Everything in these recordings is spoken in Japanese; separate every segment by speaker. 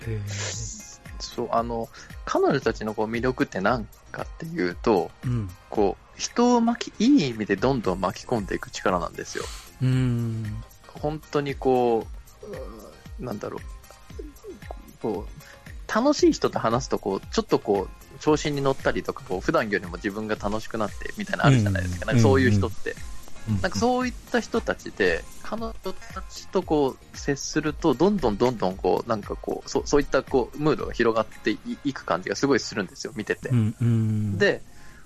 Speaker 1: へえ。
Speaker 2: そう、彼女たちのこう魅力って何かっていうと、
Speaker 1: うん。
Speaker 2: こう、人をいい意味でどんどん巻き込んでいく力なんですよ。本当にこう、なんだろう、こう、楽しい人と話すと、こう、ちょっとこう、調子に乗ったりとか、こう、普段よりも自分が楽しくなってみたいなのあるじゃないですか。なんかそういう人って。なんかそういった人たちで、彼女たちとこう接すると、どんどんこう、なんかこう、そういったこう、ムードが広がっていく感じがすごいするんですよ、見てて。で、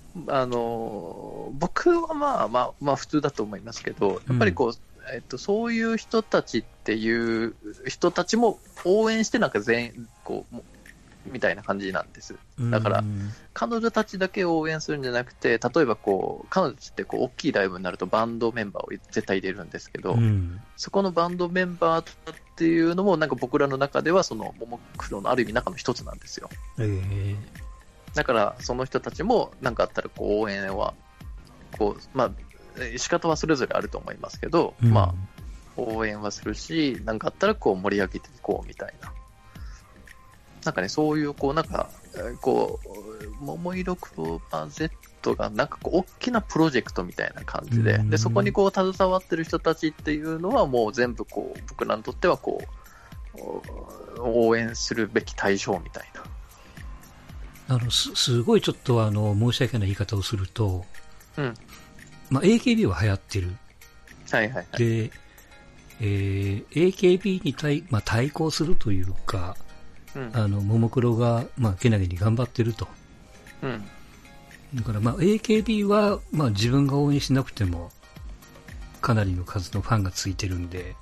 Speaker 2: 僕はまあ普通だと思いますけど、やっぱりこう、そういう人たちっていう人たちも応援してなんかこう、みたいな感じなんです。だから、彼女たちだけを応援するんじゃなくて、例えばこう、彼女たちってこう、大きいライブになるとバンドメンバーを絶対入れるんですけど、そこのバンドメンバーっていうのも、なんか僕らの中では、その、ももクロのある意味中の一つなんですよ。だから、その人たちも、なんかあったらこう、応援は、こう、まあ、仕方はそれぞれあると思いますけど、まあ、応援はするし、なんかあったらこう、盛り上げていこうみたいな。なんかね、そういう、こう、なんか、こう、桃色クローバー Z が、なんかこう、大きなプロジェクトみたいな感じで、で、そこにこう、携わってる人たちっていうのは、もう全部こう、僕らにとってはこう、応援するべき対象みたいな。
Speaker 1: すごいちょっと申し訳ない言い方をすると、まあ、AKB は流行ってる。
Speaker 2: はいはいはい。
Speaker 1: で、AKB にまあ、対抗するというか、ももクロが、まあ、けなげに頑張ってると。だから、まあ、AKB は、まあ、自分が応援しなくても、かなりの数のファンがついてるんで、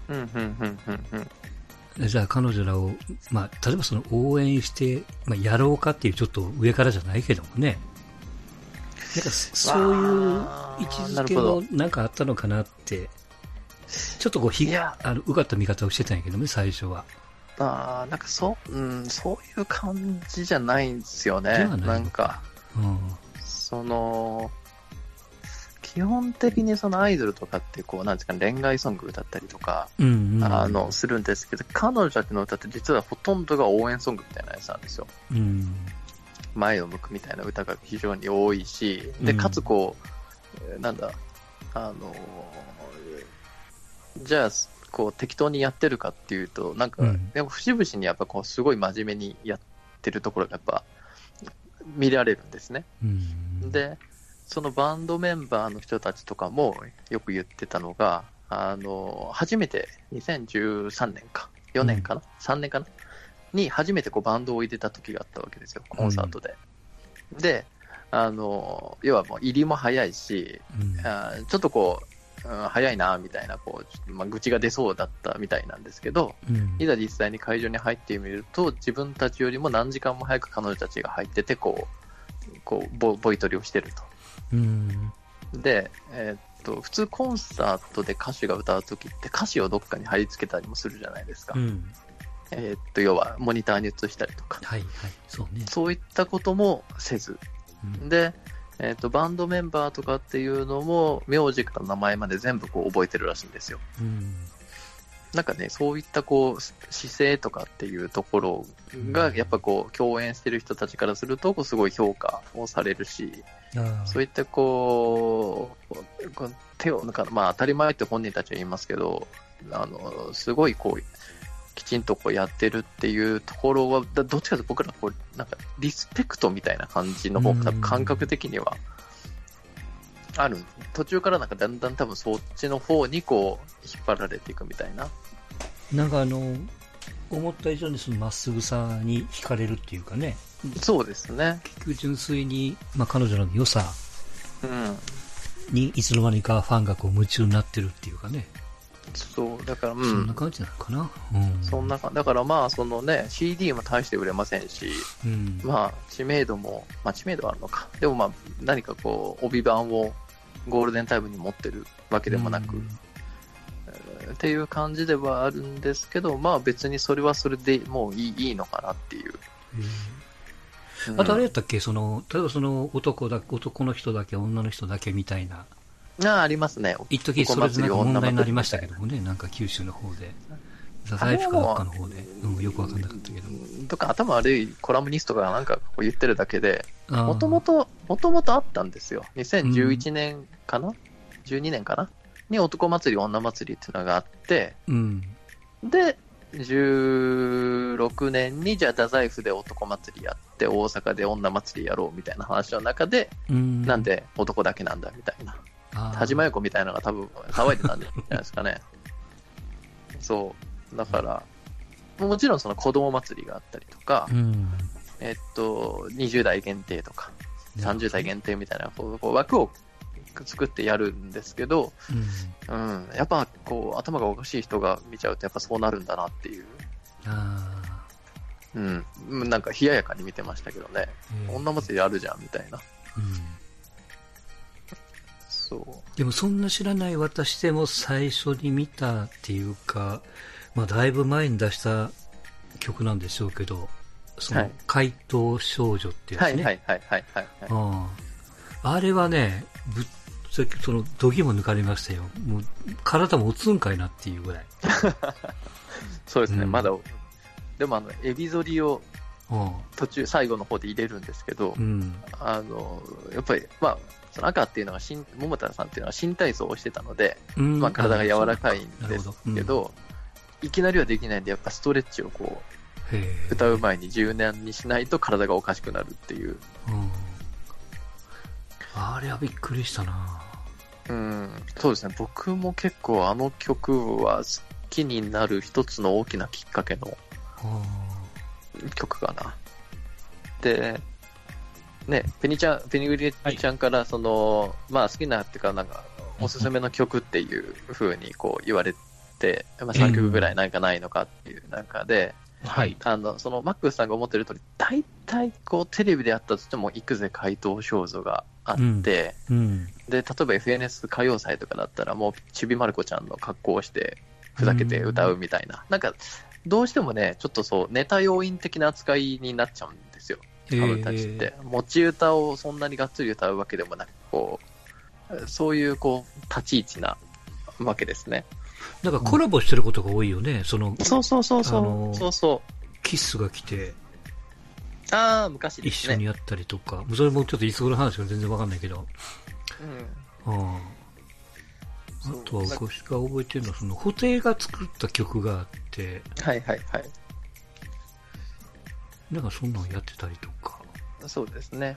Speaker 1: じゃあ彼女らを、まあ、例えばその応援して、まあ、やろうかっていうちょっと上からじゃないけどもね。なんか、そういう位置づけもなんかあったのかなって、ちょっとこう、うがった見方をしてたんやけどね、最初は。
Speaker 2: なんかそういう感じじゃないんですよね。なんか、その、基本的にそのアイドルとかってこう、なんですかね、恋愛ソング歌ったりとか、するんですけど、彼女たちの歌って実はほとんどが応援ソングみたいなやつなんですよ。前を向くみたいな歌が非常に多いし、で、かつこう、なんだ、じゃあ、こう適当にやってるかっていうと、なんか、でも節々にやっぱこうすごい真面目にやってるところがやっぱ見られるんですね。で、そのバンドメンバーの人たちとかもよく言ってたのが、初めて2013年か、4年かな、3年かなに初めてこうバンドを入れた時があったわけですよ、コンサートで。で、要はもう入りも早いし、ちょっとこう、早いなみたいなこう、まあ、愚痴が出そうだったみたいなんですけど、いざ実際に会場に入ってみると、自分たちよりも何時間も早く彼女たちが入ってて、こうボイトレをしてると。で、普通コンサートで歌手が歌うときって歌詞をどっかに貼り付けたりもするじゃないですか。要はモニターに映したりとか、そういったこともせず、で、バンドメンバーとかっていうのも名字から名前まで全部こう覚えてるらしいんですよ。なんかね、そういったこう姿勢とかっていうところがやっぱこう共演してる人たちからするとこうすごい評価をされるし、そういったこう手をなんかまあ当たり前って本人たちは言いますけど、すごいこうきちんとこうやってるっていうところは、どっちかというと僕らこうなんかリスペクトみたいな感じの方が感覚的にはある。途中からなんかだんだん多分そっちの方にこう引っ張られていくみたいな。
Speaker 1: なんか思った以上にそのまっすぐさに惹かれるっていうかね。
Speaker 2: そうですね。
Speaker 1: 結局純粋に、まあ、彼女の良さにいつの間にかファンがこう夢中になってるっていうかね。
Speaker 2: そう、だから、
Speaker 1: そんな感じなのかな。
Speaker 2: そんな感じ。だからまあ、そのね、CD も大して売れませんし、まあ、知名度も、まあ知名度はあるのか。でもまあ、何かこう、帯版をゴールデンタイムに持ってるわけでもなく、っていう感じではあるんですけど、まあ別にそれはそれでもういいのかなっていう。
Speaker 1: あとあれやったっけ、例えばその男の人だけ、女の人だけみたいな。
Speaker 2: ありますね。
Speaker 1: 一時それでなんか問題になりましたけどもね、なんか九州の方で。 太宰府かどっかの方で、よくわかんなかったけど。
Speaker 2: とか頭悪いコラムニストがなんかこう言ってるだけで、もともとあったんですよ。2011年かな、12年かなに男祭り女祭りっていうのがあって、で、16年にじゃあ太宰府で男祭りやって大阪で女祭りやろうみたいな話の中で、なんで男だけなんだみたいな、田島陽子みたいなのが多分騒いでたんじゃないですかね。そうだからもちろんその子供祭りがあったりとか、20代限定とか30代限定みたいなこう枠を作ってやるんですけど、やっぱこう頭がおかしい人が見ちゃうとやっぱそうなるんだなっていう、なんか冷ややかに見てましたけどね、女祭りあるじゃんみたいな、そう
Speaker 1: でもそんな知らない私でも最初に見たっていうか、だいぶ前に出した曲なんでしょうけど、その怪盗少女ってやつね、あれはね、その度肝抜かれましたよ。もう体もおつんかいなっていうぐらい。
Speaker 2: そうですね、まだでもエビ反りを途中最後の方で入れるんですけど、やっぱりその赤っていうのが桃太さんっていうのは新体操をしてたので、体が柔らかいんですけど、いきなりはできないんで、やっぱストレッチをこう歌う前に柔軟にしないと体がおかしくなるっていう。
Speaker 1: あれはびっくりしたな。
Speaker 2: そうですね、僕も結構あの曲は好きになる一つの大きなきっかけの曲かな。でね、ペニグリちゃんからその、好きなっていうかなんかおすすめの曲っていう風にこう言われて、3曲ぐらいなんかないのかっていう中で、そのマックスさんが思ってる通り、大体こうテレビでやったとしても行くぜ怪盗少女があって、で例えば FNS 歌謡祭とかだったらもうちびまる子ちゃんの格好をしてふざけて歌うみたいな、なんかどうしてもねちょっとそうネタ要員的な扱いになっちゃうんですよ、あのたちって。持ち歌をそんなにがっつり歌うわけでもなく、こうそういうこう立ち位置なわけですね。
Speaker 1: なんかコラボしてることが多いよね、そうキスが来て
Speaker 2: 昔ですね、
Speaker 1: 一緒にやったりとか、それもちょっといつ頃の話か全然わかんないけど、あとは私が覚えてるのはその布袋が作った曲があって、なんかそんなのやってたりとか。
Speaker 2: そうですね、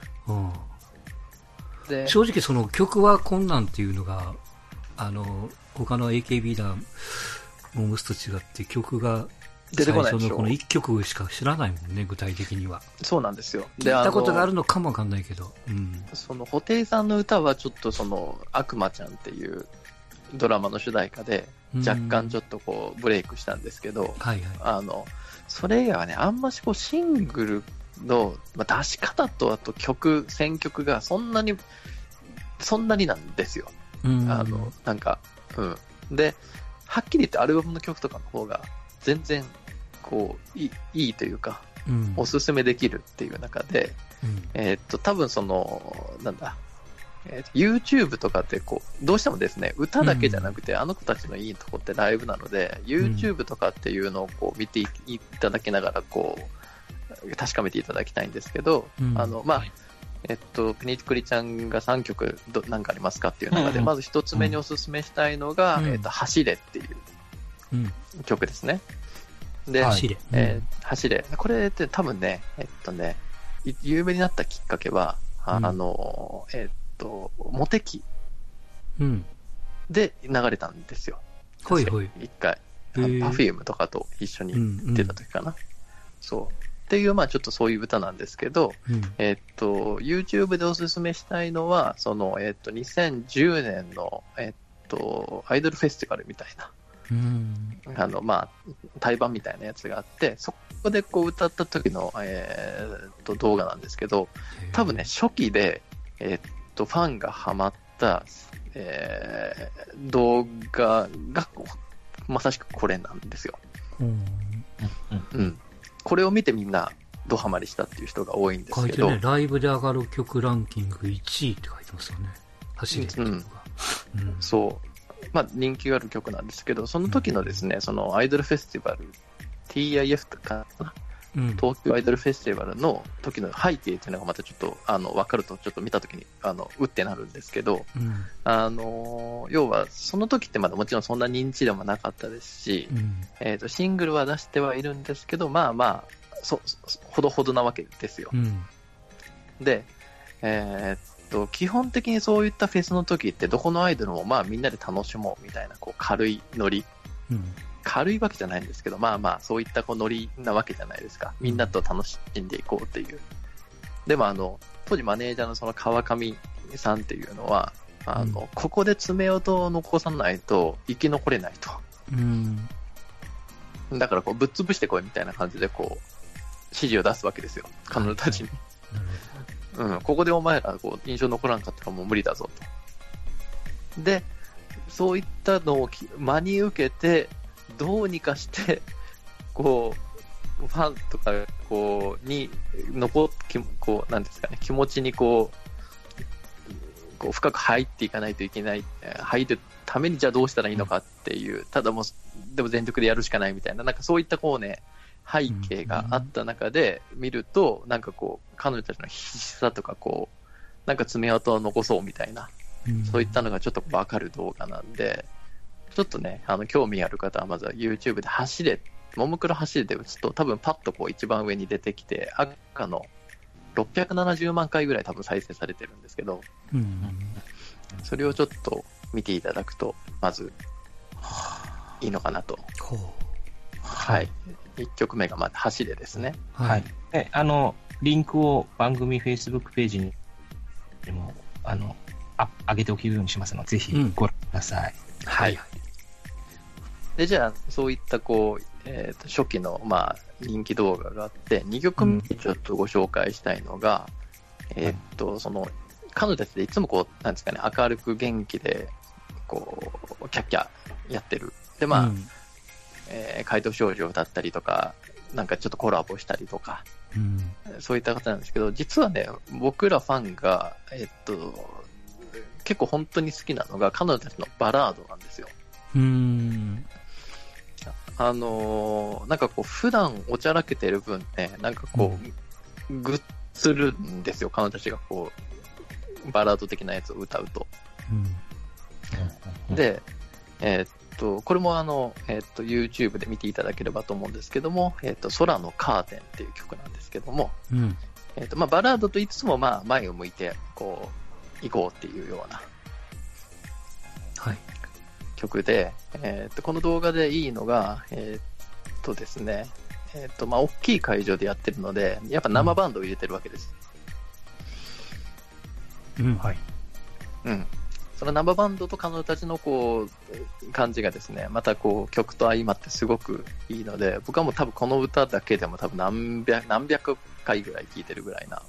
Speaker 1: で正直その曲はこんなんっていうのが他の AKB だモームスと違って曲が
Speaker 2: 出てこないでしょ。
Speaker 1: 最初のこの1曲しか知らないもんね、具体的には。
Speaker 2: そうなんですよ。
Speaker 1: 聞いたことがあるのかもわかんないけど、
Speaker 2: その布袋さんの歌はちょっとその悪魔ちゃんっていうドラマの主題歌で若干ちょっとこうブレイクしたんですけど、それ以外はねあんましこうシングルの出し方とあと選曲がそんなになんですよ。なんかではっきり言ってアルバムの曲とかの方が全然こういいというか、おすすめできるっていう中で、多分そのYouTube とかってこうどうしてもですね歌だけじゃなくて、あの子たちのいいとこってライブなので、YouTube とかっていうのをこう見ていただきながらこう確かめていただきたいんですけど、ペニクリちゃんが3曲何かありますかっていう中で、まず1つ目におすすめしたいのが、走れっていう曲ですね。で、走れ。これって多分ね、有名になったきっかけは、モテ期で流れたんですよ。一回。Perfume とかと一緒に出た時かな。そう。っていう、ちょっとそういう歌なんですけど、YouTube でおすすめしたいのは、その、2010年の、アイドルフェスティバルみたいな、対バンみたいなやつがあって、そこでこう歌った時の、動画なんですけど、多分ね、初期で、ファンがハマった、動画が、まさしくこれなんですよ。これを見てみんなドハマりしたっていう人が多いんですけど、書いてね、
Speaker 1: ライブで上がる曲ランキング1位って書いてますよね。走れっていうのが、
Speaker 2: そうまあ、人気がある曲なんですけど、その時のですね、そのアイドルフェスティバル、TIF とかな、東京アイドルフェスティバルの時の背景っていうのがまたちょっと分かると、ちょっと見た時にうってなるんですけど、要はその時ってまだもちろんそんな認知でもなかったですし、シングルは出してはいるんですけど、まあまあほどほどなわけですよ。で、基本的にそういったフェスの時ってどこのアイドルもまあみんなで楽しもうみたいなこう軽いノリ、軽いわけじゃないんですけど、まあまあそういったこうノリなわけじゃないですか。みんなと楽しんでいこうっていう。でも当時マネージャーのその川上さんっていうのはここで爪痕を残さないと生き残れないと。だからこうぶっ潰してこいみたいな感じでこう指示を出すわけですよ、彼女たちに。ここでお前らこう印象残らんかったらもう無理だぞと。で、そういったのを真に受けて、どうにかして、こう、ファンとか、こう、に、こう、なんですかね、気持ちにこう、深く入っていかないといけない、入るためにじゃあどうしたらいいのかっていう、ただもう、でも全力でやるしかないみたいな、なんかそういったこうね、背景があった中で見ると、なんかこう、彼女たちの必死さとか、こう、なんか爪痕を残そうみたいな、そういったのがちょっとわかる動画なんで、ちょっとね、興味ある方はまずは YouTube で走れ、ももクロ走れで打つと、多分パッとこう一番上に出てきて、赤の670万回ぐらい多分再生されてるんですけど、それをちょっと見ていただくと、まず、いいのかなと。はい。1曲目がまず走れですね。
Speaker 3: はい。リンクを番組 Facebook ページにでも、上げておくようにしますので、ぜひご覧ください。
Speaker 2: はい。で、じゃあ、そういったこう、初期の、まあ、人気動画があって、2曲目にちょっとご紹介したいのが、その、彼女たちでいつもこう、なんですかね、明るく元気で、こう、キャッキャやってる。で、まあ、怪盗少女だったりとか、なんかちょっとコラボしたりとか、そういった方なんですけど、実はね、僕らファンが、結構本当に好きなのが彼女たちのバラードなんですよ。なんかこう普段おちゃらけてる分ね、なんかこう、グッするんですよ、彼女たちがこうバラード的なやつを歌うと。で、これもYouTube で見ていただければと思うんですけども、空のカーテンっていう曲なんですけども、まあバラードと言いつつもまあ前を向いてこう行こうっていうような曲で、この動画でいいのがですね、まあ大きい会場でやってるのでやっぱ生バンドを入れてるわけです。その生バンドと彼女たちのこう感じがですね、またこう曲と相まってすごくいいので、僕はもう多分この歌だけでも多分何百回ぐらい聴いてるぐらいな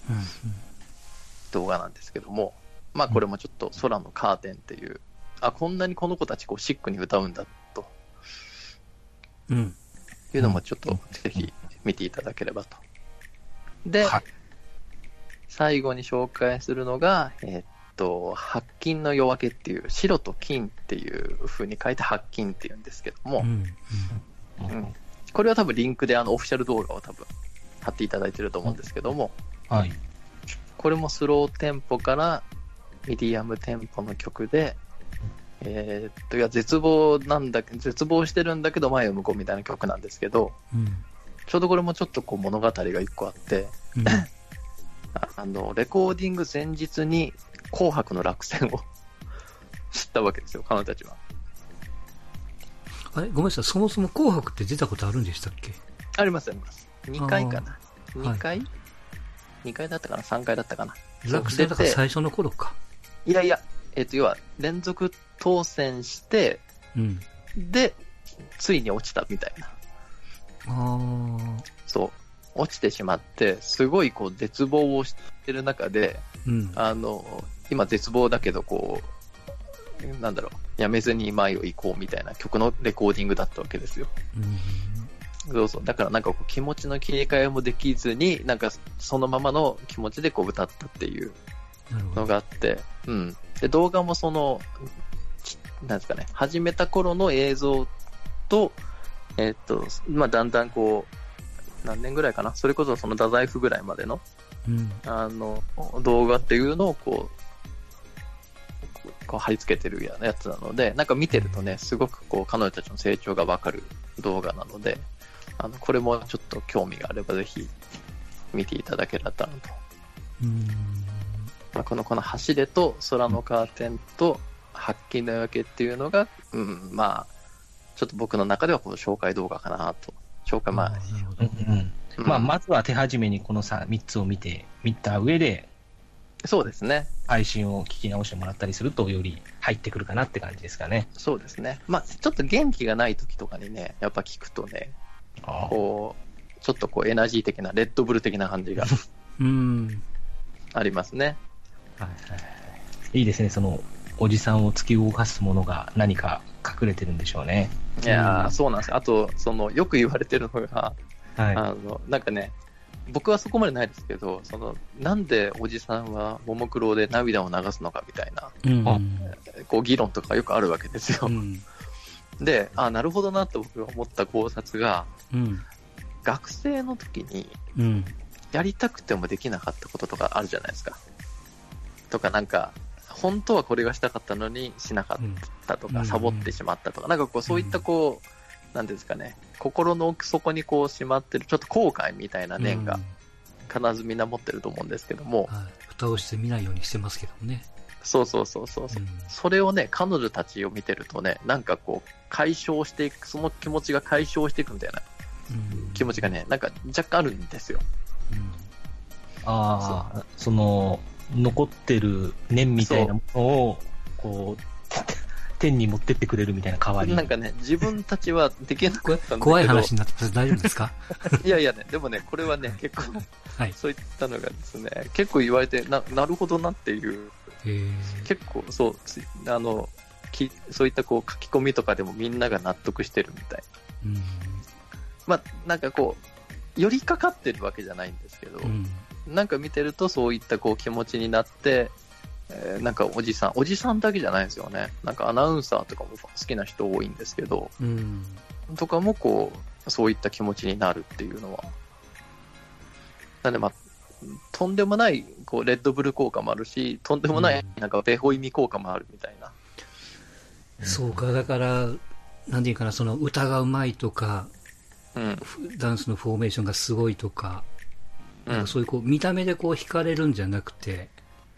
Speaker 2: 動画なんですけども、まあこれもちょっと空のカーテンっていう、こんなにこの子たちこうシックに歌うんだと、いうのもちょっとぜひ見ていただければと。で、最後に紹介するのが白金の夜明けっていう、白と金っていう風に書いて白金っていうんですけども、これは多分リンクでオフィシャル動画を多分貼っていただいてると思うんですけども、これもスローテンポからミディアムテンポの曲で、いや絶望してるんだけど前を向こうみたいな曲なんですけど、ちょうどこれもちょっとこう物語が一個あって、レコーディング前日に紅白の落選を知ったわけですよ、彼女たちは。
Speaker 1: ごめんなさい、そもそも紅白って出たことあるんでしたっけ？
Speaker 2: あります、あります。2回かな。2回、2回だったかな、3回だったかな。
Speaker 1: 落選だから最初の頃か。
Speaker 2: いやいや、要は連続当選して、で、ついに落ちたみたいな。そう。落ちてしまって、すごいこう絶望をしてる中で、今絶望だけどこう、なんだろう、やめずに前を行こうみたいな曲のレコーディングだったわけですよ。そうそう。だからなんかこう気持ちの切り替えもできずに、なんかそのままの気持ちでこう歌ったっていうのがあって、で動画もそのなんですかね、始めた頃の映像と、まあ、だんだんこう、何年ぐらいかな、それこそその太宰府ぐらいまでの、動画っていうのをこう貼り付けてるやつなので、なんか見てるとね、すごくこう、彼女たちの成長がわかる動画なので、これもちょっと興味があればぜひ見ていただけたらなと。まあ、この走れと空のカーテンと発揮の夜明けっていうのが、まあ、ちょっと僕の中ではこの紹介動画かなと。紹介前。
Speaker 3: まあ、まずは手始めにこの3つを見た上で、
Speaker 2: そうですね。
Speaker 3: 配信を聞き直してもらったりすると、より入ってくるかなって感じですかね。
Speaker 2: そうですね。まあ、ちょっと元気がない時とかにね、やっぱ聞くとね、こう、ちょっとこうエナジー的な、レッドブル的な感じがありますね。
Speaker 3: いいですね、その、おじさんを突き動かすものが何か隠れてるんでしょうね。
Speaker 2: いやー、そうなんですよ。あと、よく言われてるのが、なんかね、僕はそこまでないですけど、なんでおじさんはももクロで涙を流すのかみたいな、こう議論とかよくあるわけですよ。で、なるほどなって僕が思った考察が、学生の時に、やりたくてもできなかったこととかあるじゃないですか。とかなんか、本当はこれがしたかったのにしなかったとか、サボってしまったとか、なんかこう、そういったこう、なんですかね、心の奥底にこうしまってる、ちょっと後悔みたいな念が、必ずみんな持ってると思うんですけども。
Speaker 1: 蓋をして見ないようにしてますけどね。
Speaker 2: そう。それをね、彼女たちを見てるとね、なんかこう、解消していく、その気持ちが解消していくみたいな気持ちがね、なんか若干あるんですよ。
Speaker 3: その、残ってる念みたいなものを、こう、天に持ってってくれるみたいな代わり。
Speaker 2: なんかね、自分たちはできなかったんだけど。
Speaker 1: 怖い話になってます。大丈夫ですか？
Speaker 2: いやね、でもね、これはね、結構、そういったのがですね、結構言われて、なるほどなっていう、結構、そう、そういったこう書き込みとかでもみんなが納得してるみたいな。まあ、なんかこう、寄りかかってるわけじゃないんですけど、なんか見てるとそういったこう気持ちになって、なんかおじさんだけじゃないですよね。なんかアナウンサーとかも好きな人多いんですけど、とかもこう、そういった気持ちになるっていうのは。なんでまあ、とんでもないこうレッドブル効果もあるし、とんでもないなんかベホイミ効果もあるみたいな。
Speaker 1: そうか、だから、なんていうかな、その歌がうまいとか、ダンスのフォーメーションがすごいとか、なんかそういうこう見た目でこう惹かれるんじゃなくて、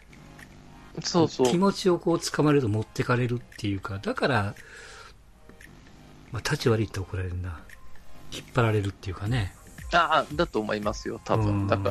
Speaker 1: 気持ちをこう掴まれると持ってかれるっていうか、だから、まあ、立ち悪いって怒られるな。引っ張られるっていうかね。
Speaker 2: だと思いますよ、多分。だから、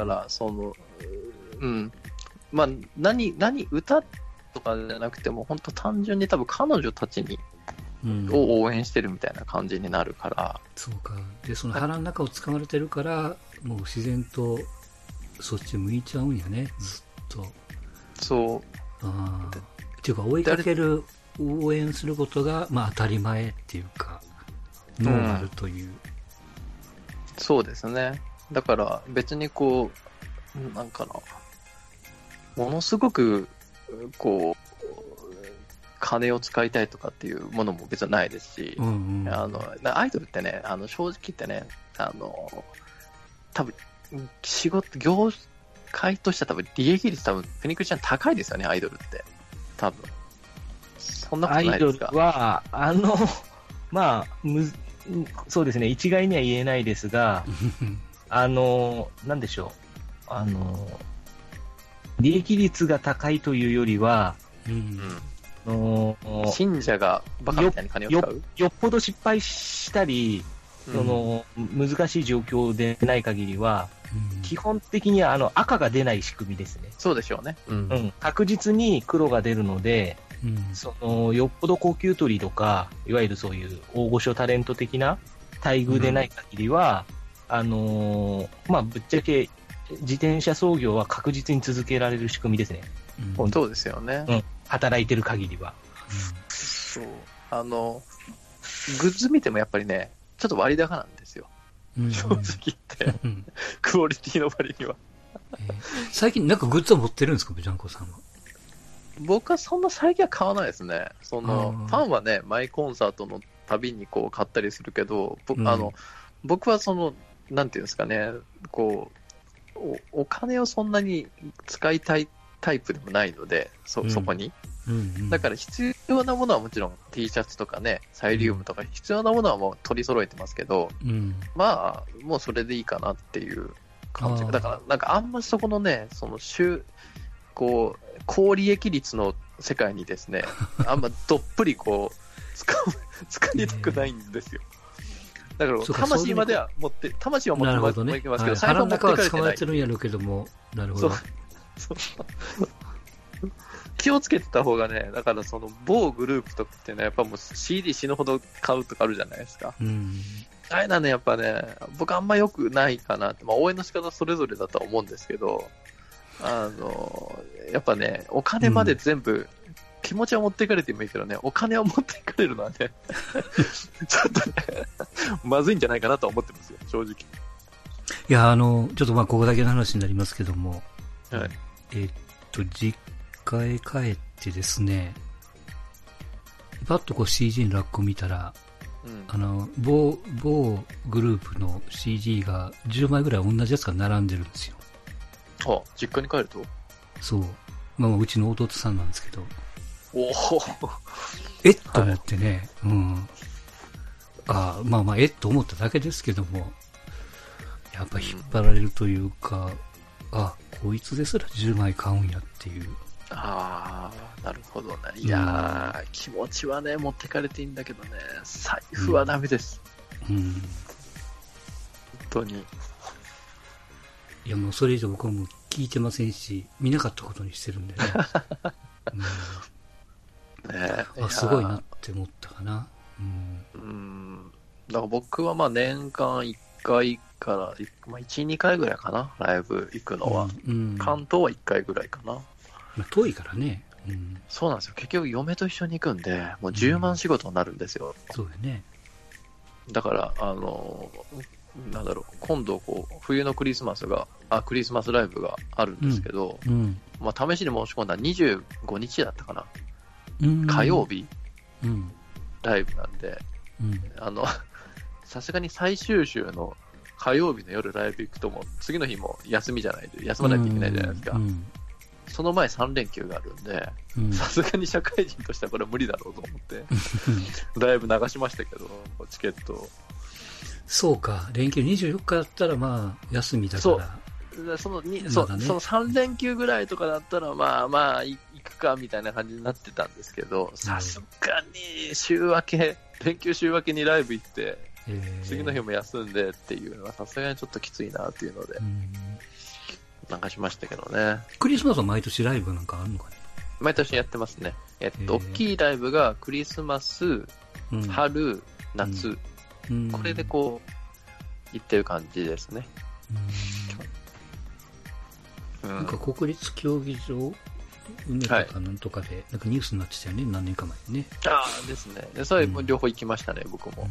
Speaker 2: まあ、歌とかじゃなくても、本当単純に多分彼女たちに、を応援してるみたいな感じになるから。
Speaker 1: そうか。で、その腹の中を掴まれてるから、もう自然と、そっち向いちゃうんやね、ずっと。
Speaker 2: そう。
Speaker 1: っていうか、追いかける、応援することが、まあ当たり前っていうか、ノーマルという。
Speaker 2: そうですね。だから別にこう、なんかな、ものすごく、こう、金を使いたいとかっていうものも別にないですし、アイドルってね、正直言ってね、多分、業界としては多分利益率国口ちゃん高いですよね、アイドルって。多分。そんなことないですか？
Speaker 3: アイドルは、まあ、そうですね、一概には言えないですが、なんでしょう。利益率が高いというよりは、
Speaker 2: 信者がバカみたいに金を使う？
Speaker 3: よっぽど失敗したり、難しい状況でない限りは、基本的には赤が出ない仕組みですね。
Speaker 2: そうでしょうね。
Speaker 3: 確実に黒が出るので、よっぽど高級取りとか、いわゆるそういう大御所タレント的な待遇でない限りは、まあ、ぶっちゃけ自転車操業は確実に続けられる仕組みですね。
Speaker 2: そうですよね。
Speaker 3: 働いてる限りは。
Speaker 2: そう。グッズ見てもやっぱりね、ちょっと割高なんですよ。正直言って。クオリティの割には。
Speaker 1: 最近なんかグッズを持ってるんですか、ジャンコさんは。
Speaker 2: 僕はそんな最近は買わないですね。ファンはね、マイコンサートのたびにこう買ったりするけど、僕はなんていうんですかね、こう、お金をそんなに使いたいタイプでもないので、そこに。だから必要なものはもちろん T シャツとかね、サイリウムとか必要なものはもう取り揃えてますけど、まあ、もうそれでいいかなっていう感じ。だから、なんかあんまりそこのね、こう、高利益率の世界にですね、あんまどっぷりこう、使いたくないんですよ。だから、魂までは持って、魂は持っていきますけど、財布は持ってかれてない。
Speaker 1: 使われてるんやろうけども、なるほど。
Speaker 2: 気をつけてた方がね、だから某グループとかっていうのはやっぱもう CD 死ぬほど買うとかあるじゃないですか。あれなんでやっぱね、僕あんま良くないかなって、まあ応援の仕方それぞれだとは思うんですけど、やっぱね、お金まで全部、気持ちは持っていかれてもいいけどね、お金を持っていかれるのはね、ちょっとね、まずいんじゃないかなとは思ってますよ、正直。
Speaker 1: いや、ちょっとまあここだけの話になりますけども、
Speaker 2: はい。
Speaker 1: 実家へ帰ってですね、パッとこう CG のラックを見たら、某グループの CG が10枚ぐらい同じやつが並んでるんですよ。
Speaker 2: あ、実家に帰ると？
Speaker 1: そう。まあうちの弟さんなんですけど。
Speaker 2: おお。
Speaker 1: と思ってね、まあと思っただけですけども、やっぱ引っ張られるというか、こいつですら10枚買うんやっていう。
Speaker 2: なるほどね。いやー、気持ちはね、持ってかれていいんだけどね、財布はダメです。本当に。
Speaker 1: いや、もうそれ以上僕はもう聞いてませんし、見なかったことにしてるんでね。すごいなって思ったかな。
Speaker 2: だから僕はまあ年間1回から、まあ、1、2回ぐらいかな、ライブ行くのは。関東は1回ぐらいかな。
Speaker 1: まあ、遠いからね。
Speaker 2: そうなんですよ。結局嫁と一緒に行くんで、もう10万仕事になるんですよ。
Speaker 1: そうだね。
Speaker 2: だから、なんだろう、今度こう、冬のクリスマスライブがあるんですけど、まあ、試しに申し込んだら25日だったかな。火曜日、ライブなんで、さすがに最終週の火曜日の夜ライブ行くともう次の日も休みじゃないで、休まなきゃいけないじゃないですか。その前3連休があるんで、さすがに社会人としてはこれは無理だろうと思って、だいぶ流しましたけど、チケットを。
Speaker 1: そうか、連休24日だったらまあ休みだから。
Speaker 2: その3連休ぐらいとかだったらまあまあ行くかみたいな感じになってたんですけど、さすがに連休週明けにライブ行って、次の日も休んでっていうのはさすがにちょっときついなっていうので、流しましたけどね。
Speaker 1: クリスマスは毎年ライブなんかあるのかね？
Speaker 2: 毎年やってますね。大きいライブがクリスマス、春、夏、これでこう、行ってる感じですね。
Speaker 1: なんか国立競技場梅田かなんとかで、なんかニュースになってたよね、何年か前にね。
Speaker 2: ですね。でそれも両方行きましたね、僕も。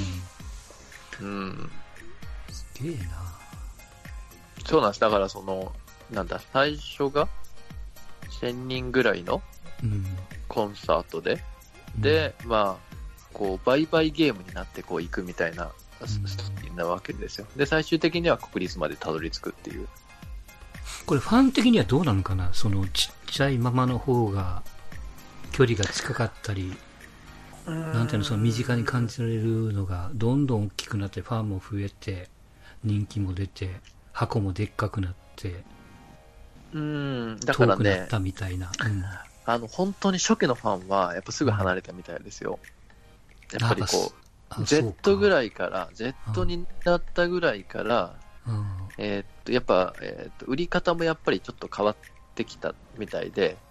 Speaker 1: すげえな。
Speaker 2: そうなんです。だから最初が1000人ぐらいのコンサートで、まあ、こう、売買ゲームになってこう行くみたいなストーリーなわけですよ。で、最終的には国立までたどり着くっていう。
Speaker 1: これファン的にはどうなのかな？ちっちゃいままの方が距離が近かったり、なんていうの、身近に感じられるのがどんどん大きくなってファンも増えて人気も出て箱もでっかくなって
Speaker 2: だからね、遠く
Speaker 1: なったみたいな。
Speaker 2: 本当に初期のファンはやっぱすぐ離れたみたいですよ。やっぱりこう Z ぐらいから Z になったぐらいからやっぱ、売り方もやっぱりちょっと変わってきたみたいで、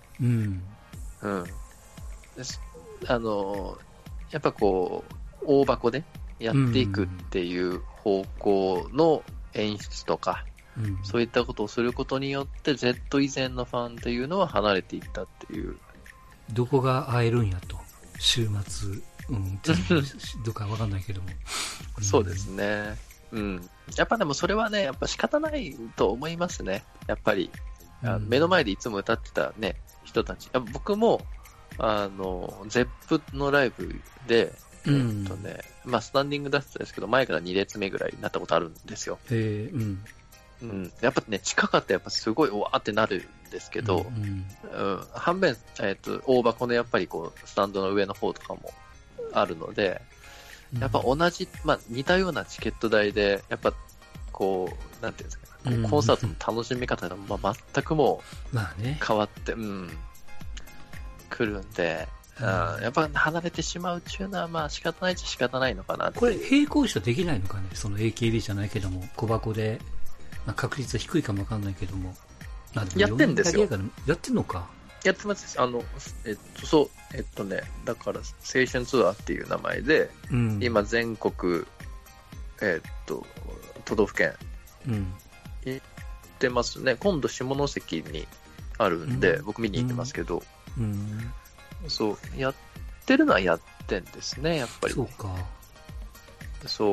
Speaker 2: やっぱこう、大箱でやっていくっていう方向の演出とか、そういったことをすることによって、Z 以前のファンというのは離れていったっていう。
Speaker 1: どこが会えるんやと、週末、どうかわかんないけども。
Speaker 2: そうですね。やっぱでもそれはね、やっぱ仕方ないと思いますね。やっぱり。 目の前でいつも歌ってたね、人たち。僕も、ゼップのライブで、スタンディングだったんですけど、前から2列目ぐらいになったことあるんですよ。やっぱね、近かったらやっぱすごい、わーってなるんですけど、反面、大箱のやっぱりこう、スタンドの上の方とかもあるので、やっぱ同じ、似たようなチケット代で、やっぱ、こう、なんていうんですか、コンサートの楽しみ方が、全くもう、変わって、来るんで、やっぱ離れてしまうっていうのは、仕方ないっちゃ仕方ないのかなって。
Speaker 1: これ、並行してできないのかね、その AKB じゃないけども、小箱で、確率は低いかもわかんないけども。
Speaker 2: やってんですよ。
Speaker 1: やってんのか。
Speaker 2: やってます。だから、青春ツアーっていう名前で、今、全国、都道府県、行ってますね。今度、下関にあるんで、僕見に行ってますけど、そう、やってるのはやってんですね、やっぱり。
Speaker 1: そうか。
Speaker 2: そう。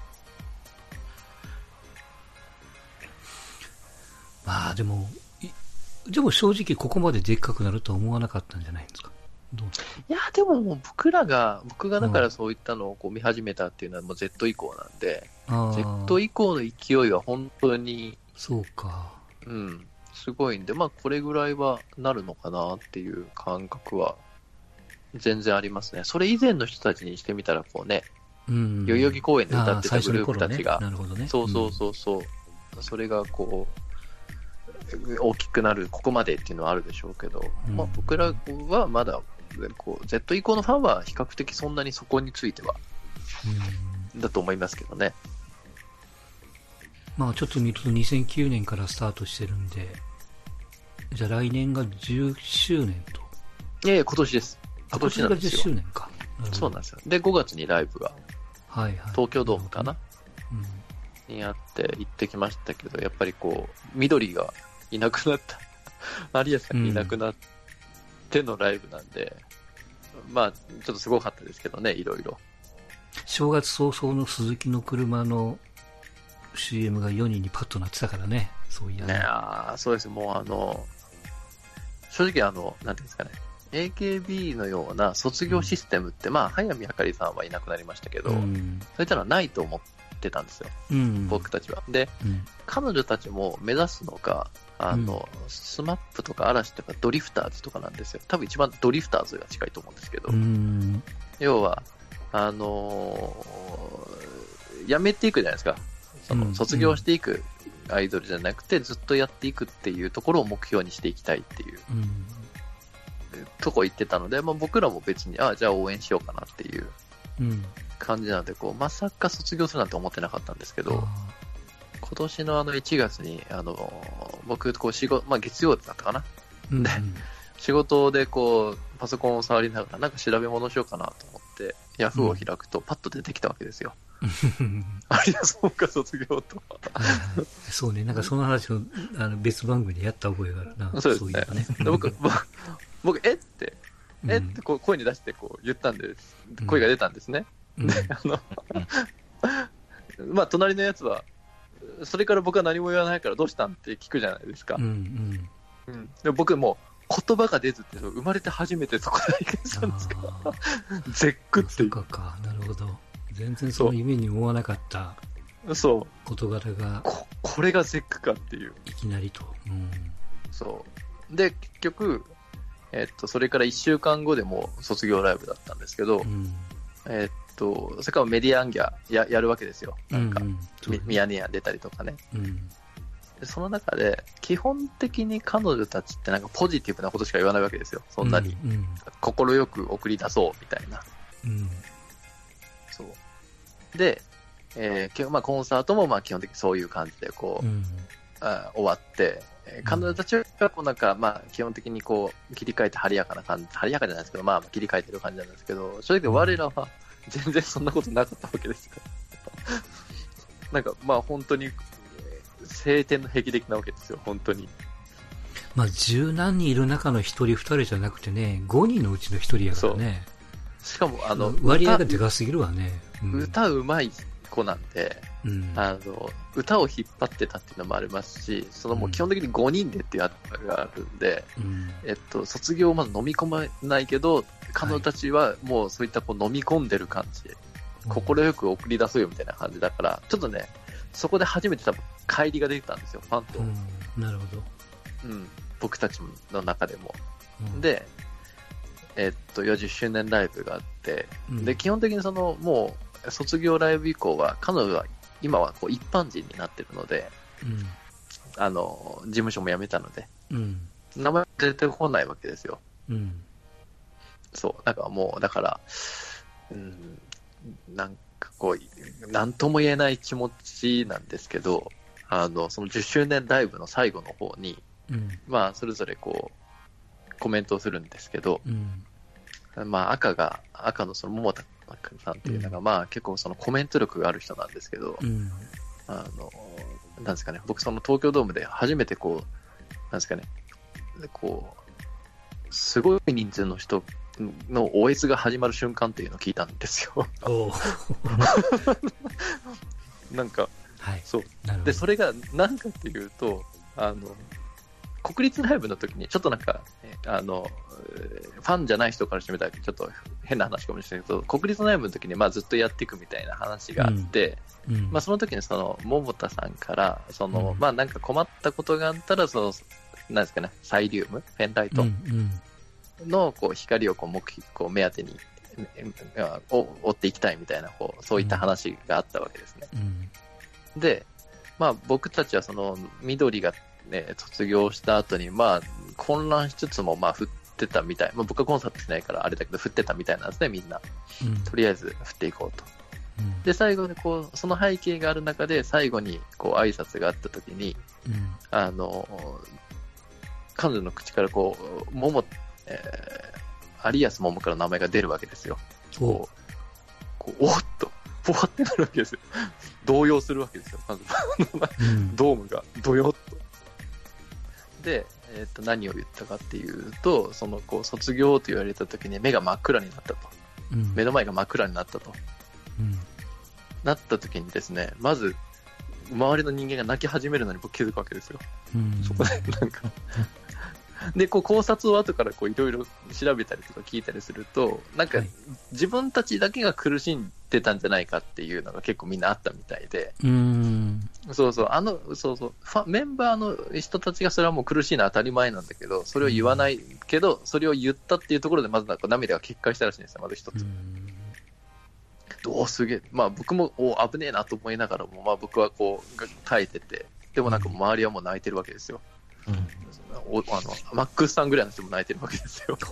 Speaker 1: でも正直ここまででっかくなるとは思わなかったんじゃないですか。
Speaker 2: いや、でも僕がだからそういったのをこう見始めたっていうのはもう Z 以降なんで、Z 以降の勢いは本当に、
Speaker 1: そうか。
Speaker 2: すごいんで、これぐらいはなるのかなっていう感覚は全然ありますね。それ以前の人たちにしてみたらこうね、代々木公園で歌ってたグループたちが、
Speaker 1: なるほどね。
Speaker 2: そう。それがこう、大きくなる、ここまでっていうのはあるでしょうけど、僕らはまだ、Z 以降のファンは比較的そんなにそこについては、だと思いますけどね。
Speaker 1: ちょっと見ると2009年からスタートしてるんで、じゃあ来年が10周年と。
Speaker 2: 今年です。
Speaker 1: 今年が10周年か。
Speaker 2: そうなんですよ。で、5月にライブが、東京ドームかな、にやって行ってきましたけど、やっぱりこう、緑がいなくなった、有安さんがいなくなってのライブなんで、ちょっとすごかったですけどね、いろいろ。
Speaker 1: 正月早々の鈴木の車の CM が4人にパッとなってたからね、そういやね。
Speaker 2: そうです。もう正直なんていうんですかね、AKB のような卒業システムって、早見あかりさんはいなくなりましたけど、そういったのはないと思ってたんですよ、僕たちは。で、彼女たちも目指すのが、スマップとか嵐とかドリフターズとかなんですよ。多分一番ドリフターズが近いと思うんですけど、要は、やめていくじゃないですか。卒業していくアイドルじゃなくて、ずっとやっていくっていうところを目標にしていきたいっていう、とこ言ってたので、僕らも別に、じゃあ応援しようかなっていう感じなので、まさか卒業するなんて思ってなかったんですけど、今年の1月に、僕、月曜だったかな。で、仕事でパソコンを触りながら、なんか調べ物しようかなと思って、ヤフーを開くと、パッと出てきたわけですよ。そうか、卒業と。
Speaker 1: そうね、なんかその話を別番組でやった覚えがあるな。
Speaker 2: そうですね。僕、って声に出して言ったんです。声が出たんですね。で、隣のやつは、それから僕は何も言わないからどうしたんって聞くじゃないですか。で僕も言葉が出ずって生まれて初めてそこで体験したんですけど、絶句っていう。
Speaker 1: そうか、なるほど。全然その夢に思わなかった事柄が、
Speaker 2: これが絶句かっていう。
Speaker 1: いきなりと。
Speaker 2: そう。で、結局、それから1週間後でもう卒業ライブだったんですけど、それからメディアンギャやるわけですよ。なんか、ミヤネ屋出たりとかね。でその中で、基本的に彼女たちってなんかポジティブなことしか言わないわけですよ。そんなに。心よく送り出そうみたいな。そう。で、コンサートも基本的にそういう感じで終わって、彼女たちはなんか基本的に切り替えて晴れやかな感じ、晴れやかじゃないですけど、切り替えてる感じなんですけど、正直我らは全然そんなことなかったわけですよ。なんか本当に晴天の霹靂なわけですよ、本当に。
Speaker 1: 十何人いる中の1人2人じゃなくてね、5人のうちの1人やからね。
Speaker 2: しかも
Speaker 1: 割合がでかすぎるわね。
Speaker 2: 歌うまい子なんで、 歌を引っ張ってたっていうのもありますし、そのもう基本的に5人でっていうやつがあるんで、卒業をまず飲み込まないけど、彼女たちはもうそういったこう飲み込んでる感じで、心よく送り出そうよみたいな感じだから、ちょっとね、そこで初めて多分乖離が出てたんですよ、ファンと。
Speaker 1: なるほど。
Speaker 2: 僕たちの中でも。で、40周年ライブがあって、で、基本的にその、もう、卒業ライブ以降は、彼女は、今はこう一般人になってるので、事務所も辞めたので、名前出てこないわけですよ。そう、だからもう、だから、なんかこう、なんとも言えない気持ちなんですけど、その10周年ライブの最後の方に、まあ、それぞれこう、コメントをするんですけど、まあ、赤のその桃田さんっていうのが、まあ、結構そのコメント力がある人なんですけど、なんですかね、僕その東京ドームで初めてこう、なんですかね、こう、すごい人数の人の OS が始まる瞬間っていうのを聞いたんですよ。なんか、そう。で、それが何かっていうと、国立ライブの時に、ちょっとなんか、ファンじゃない人からしてみたら、ちょっと変な話かもしれないけど、国立ライブの時に、まあずっとやっていくみたいな話があって、まあその時にその、桃田さんから、その、まあなんか困ったことがあったら、その、なんですかね、サイリウム、ペンライトの、こう、光をこう目当てに、追っていきたいみたいな、こう、そういった話があったわけですね。で、まあ僕たちはその、緑が、卒業した後に、まあ、混乱しつつも、まあ、振ってたみたい。まあ、僕はコンサートしないからあれだけど、振ってたみたいなんですね、みんな。とりあえず振っていこうと。で、最後にこう、その背景がある中で、最後にこう、挨拶があった時に、彼女の口からこう、有安桃から名前が出るわけですよ。こうおっと、ぽわってなるわけですよ。動揺するわけですよ。ドームが、どよっと。で、何を言ったかっていうと、その、こう、卒業と言われた時に目が真っ暗になったと。目の前が真っ暗になったと。なった時にですね、まず、周りの人間が泣き始めるのに僕気づくわけですよ。そこで、なんか。で、こう考察を後からこういろいろ調べたりとか聞いたりすると、なんか自分たちだけが苦しんでたんじゃないかっていうのが結構みんなあったみたいで、そうそう、メンバーの人たちがそれはもう苦しいのは当たり前なんだけど、それを言わないけど、それを言ったっていうところでまずなんか涙が決壊したらしいんですよ、まず一つ。すげえ、まあ僕も危ねえなと思いながらも、まあ僕はこう耐えてて、でもなんか周りはもう泣いてるわけですよ。マックスさんぐらいの人も泣いてるわけですよ。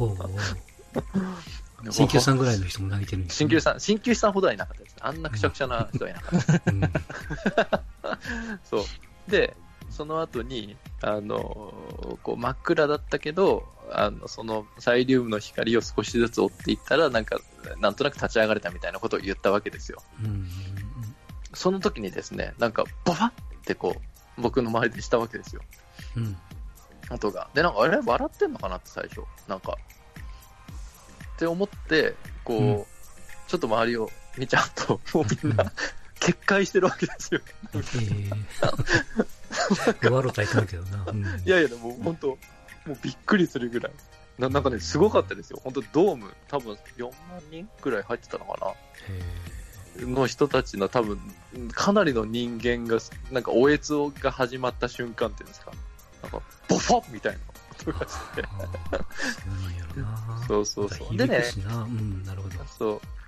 Speaker 1: 鍼灸師さんぐらいの人も泣いてるんですね。
Speaker 2: 鍼灸師さんほどはいなかったです。あんなくしゃくしゃな人はいなかった。そう。で、その後に、こう真っ暗だったけど、そのサイリウムの光を少しずつ追っていったら、なんとなく立ち上がれたみたいなことを言ったわけですよ。その時にですね、なんか、バファってこう、僕の周りでしたわけですよ。音が。で、なんか、あれ笑ってんのかなって最初。なんか。って思って、こう、ちょっと周りを見ちゃうと、もうみんな、決壊してるわけですよ。
Speaker 1: 弱ろたいかんけどな。
Speaker 2: いやいや、でも本当、もうびっくりするぐらい。なんかね、すごかったですよ。本当ドーム、多分4万人くらい入ってたのかな。の人たちの多分、かなりの人間が、なんか、おえつが始まった瞬間っていうんですか。なんか、ボフォッみたいな音がして。そうそうそう。でね、
Speaker 1: なるほど。
Speaker 2: そう。